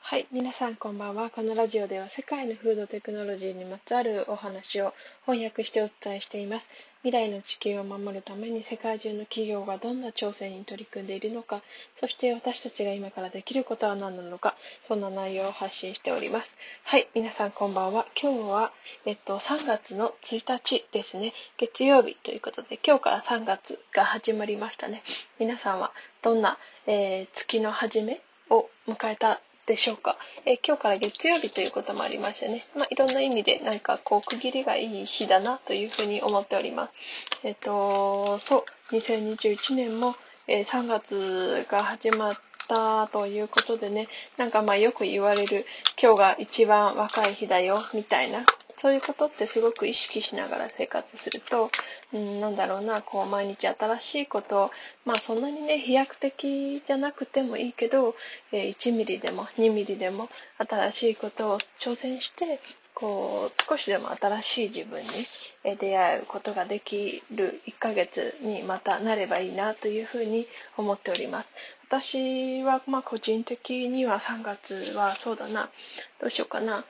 はい、皆さんこんばんは。このラジオでは世界のフードテクノロジーにまつわるお話を翻訳してお伝えしています。未来の地球を守るために世界中の企業がどんな挑戦に取り組んでいるのか、そして私たちが今からできることは何なのか、そんな内容を発信しております。はい、皆さんこんばんは。今日は、3月の1日ですね。月曜日ということで、今日から3月が始まりましたね。皆さんはどんな、月の初めを迎えたでしょうか。今日から月曜日ということもありましてね、いろんな意味で区切りがいい日だなというふうに思っております。2021年も、3月が始まったということでね、よく言われる今日が一番若い日だよみたいな、そういうことってすごく意識しながら生活すると、毎日新しいことを、そんなにね、飛躍的じゃなくてもいいけど、1ミリでも2ミリでも新しいことを挑戦して、少しでも新しい自分に出会うことができる1ヶ月にまたなればいいなというふうに思っております。私は個人的には3月はそうだな、どうしようかな。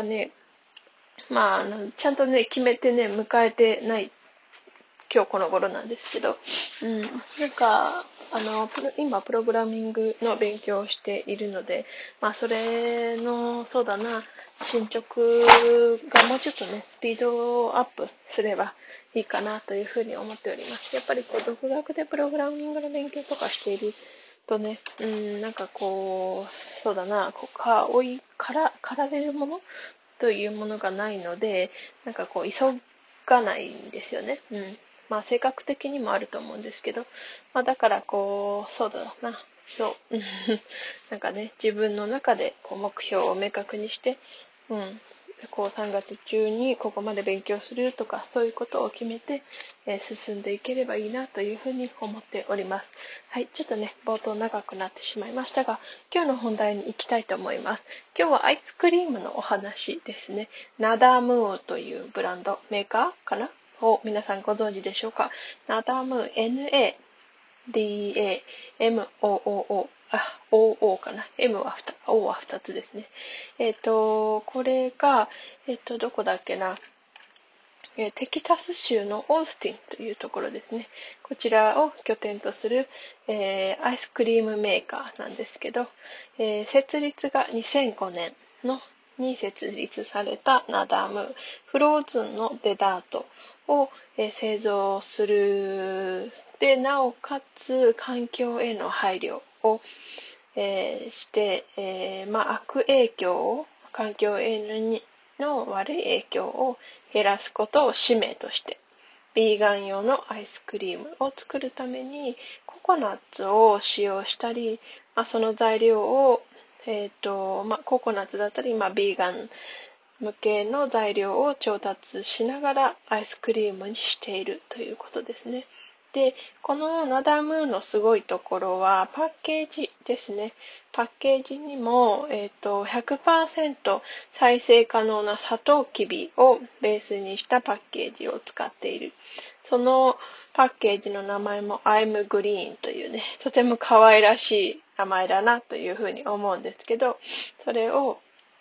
ちゃんとね、決めてね、迎えてない今日この頃なんですけど、今プログラミングの勉強をしているので、それの、そうだな、進捗がもうちょっとね、スピードアップすればいいかなというふうに思っております。やっぱり独学でプログラミングの勉強とかしているとね、そうだな、追いかられるものというものがないので、急がないんですよね。性格的にもあると思うんですけど、だからそうだな、そう、自分の中で目標を明確にして、3月中にここまで勉強するとか、そういうことを決めて、進んでいければいいなというふうに思っております。はい、ちょっとね、冒頭長くなってしまいましたが、今日の本題に行きたいと思います。今日はアイスクリームのお話ですね。ナダムーというブランド、メーカーかなを皆さんご存知でしょうか。ナダムー、NADAMOOO、OO かな。O は2つですね。これが、どこだっけな。テキサス州のオースティンというところですね。こちらを拠点とする、アイスクリームメーカーなんですけど、設立が2005年に設立されたナダム、フローズンのデザートを、製造する。で、なおかつ環境への配慮を、して、環境への悪い影響を減らすことを使命として、ビーガン用のアイスクリームを作るためにココナッツを使用したり、その材料を、ココナッツだったり、ビーガン向けの材料を調達しながらアイスクリームにしているということですね。で、このナダムーのすごいところはパッケージですね。パッケージにも、100% 再生可能なサトウキビをベースにしたパッケージを使っている。そのパッケージの名前も I'm Green というね、とても可愛らしい名前だなというふうに思うんですけど、それを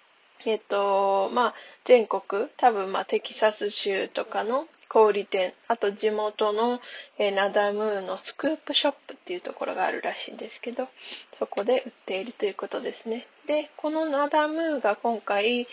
全国、多分テキサス州とかの小売店、あと地元の、ナダムーのスクープショップっていうところがあるらしいんですけど、そこで売っているということですね。で、このナダムーが今回、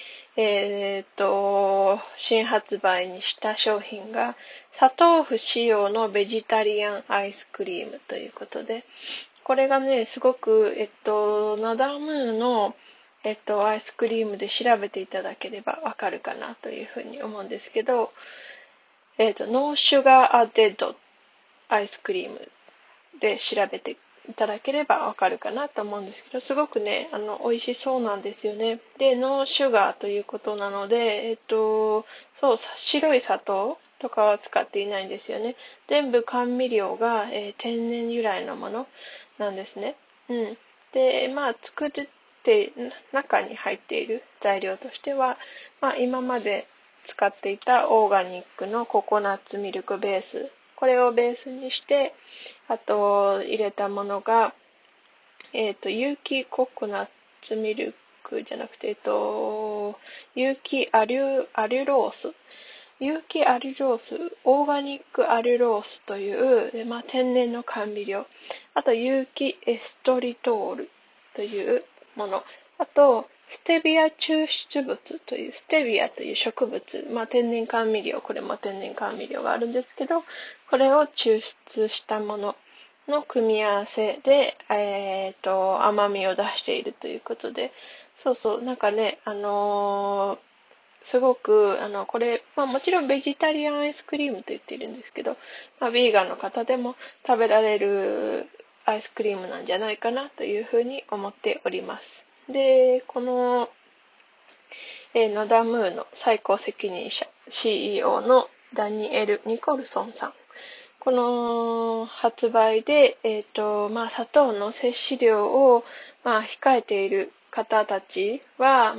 新発売にした商品が、砂糖不使用のベジタリアンアイスクリームということで、これがね、すごく、ナダムーのアイスクリームで調べていただければわかるかなというふうに思うんですけど、ノーシュガーアデッドアイスクリームで調べていただければわかるかなと思うんですけど、すごくね、美味しそうなんですよね。で、ノーシュガーということなので、白い砂糖とかは使っていないんですよね。全部甘味料が、天然由来のものなんですね。で、作って中に入っている材料としては、今まで使っていたオーガニックのココナッツミルクベース、これをベースにして、あと入れたものが、有機ココナッツミルクじゃなくて、有機アリュロース。有機アリュロース、オーガニックアリュロースという、天然の甘味料。あと、有機エストリトールというもの。あと、ステビア抽出物という、ステビアという植物、天然甘味料、これも天然甘味料があるんですけど、これを抽出したものの組み合わせで、甘みを出しているということで、そうそう、なんかね、すごく、これ、もちろんベジタリアンアイスクリームと言っているんですけど、ビーガンの方でも食べられるアイスクリームなんじゃないかなというふうに思っております。で、この、ナダムーの最高責任者 CEO のダニエル・ニコルソンさん。この発売で、砂糖の摂取量を、控えている方たちは、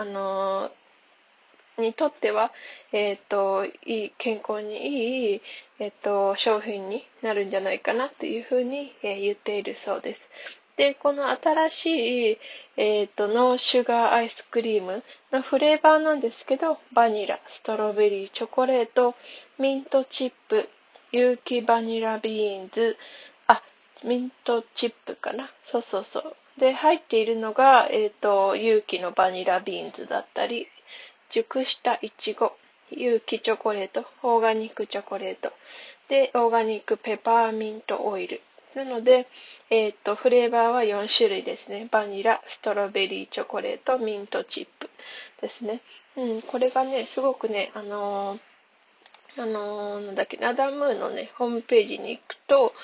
にとっては、健康にいい、商品になるんじゃないかなというふうに、言っているそうです。で、この新しい、ノーシュガーアイスクリームのフレーバーなんですけど、バニラ、ストロベリー、チョコレート、ミントチップ、有機バニラビーンズ、ミントチップかな。そうそうそう。で、入っているのが、有機のバニラビーンズだったり、熟したいちご、有機チョコレート、オーガニックチョコレート、で、オーガニックペパーミントオイル。なので、フレーバーは4種類ですね。バニラ、ストロベリー、チョコレート、ミントチップですね。これがね、すごくね、ナダムーのね、ホームページに行くと、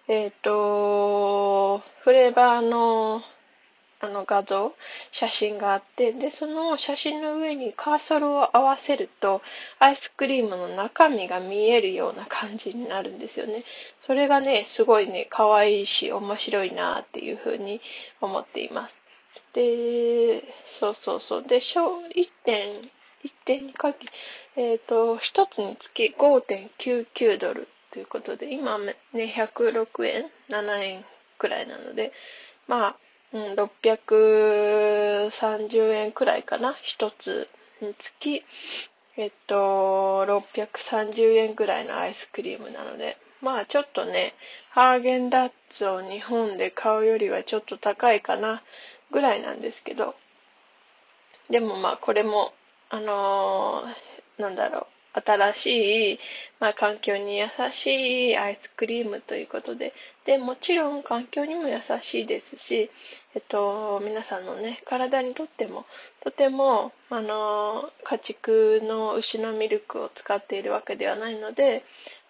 フレーバーの画像、写真があって、で、その写真の上にカーソルを合わせると、アイスクリームの中身が見えるような感じになるんですよね。それがね、すごいね、可愛いし、面白いなっていうふうに思っています。で、そうそうそう。で、1点にかけ、1つにつき5.99ドルということで、今ね、106円、7円くらいなので、630円くらいかな。一つにつき、630円くらいのアイスクリームなので、ちょっとね、ハーゲンダッツを日本で買うよりはちょっと高いかな、ぐらいなんですけど、でもこれも、なんだろう、新しい、環境に優しいアイスクリームということで、で、もちろん環境にも優しいですし、皆さんのね、体にとっても、とても、家畜の牛のミルクを使っているわけではないので、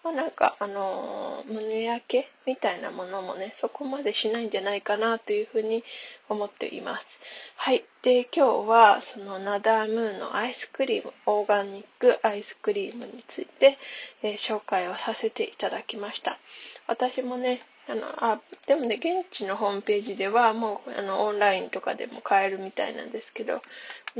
胸焼けみたいなものもね、そこまでしないんじゃないかなというふうに思っています。はい。で、今日はそのナダームーンのアイスクリーム、オーガニックアイスクリームについて、紹介をさせていただきました。私もね、でもね、現地のホームページではもう、オンラインとかでも買えるみたいなんですけど、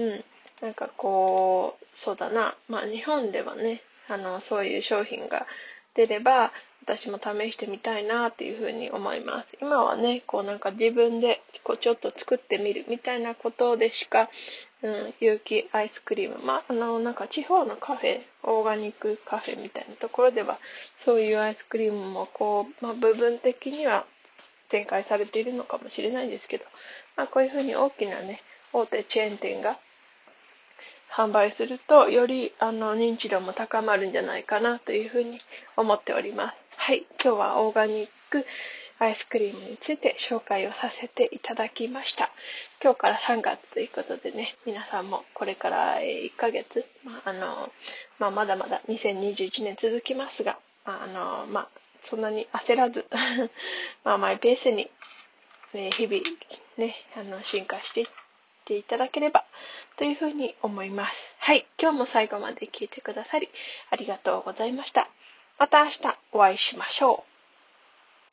そうだな、日本ではね、そういう商品が出れば、私も試してみたいなっていうふうに思います。今はね、自分でちょっと作ってみるみたいなことでしか、有機アイスクリーム、地方のカフェ、オーガニックカフェみたいなところでは、そういうアイスクリームも部分的には展開されているのかもしれないですけど、こういうふうに大きなね、大手チェーン店が販売すると、より認知度も高まるんじゃないかなというふうに思っております。はい、今日はオーガニックアイスクリームについて紹介をさせていただきました。今日から3月ということでね、皆さんもこれから1ヶ月、まだまだ2021年続きますが、そんなに焦らずマイペースに、日々ね、進化していっていただければというふうに思います。はい、今日も最後まで聞いてくださりありがとうございました。また明日お会いしましょう。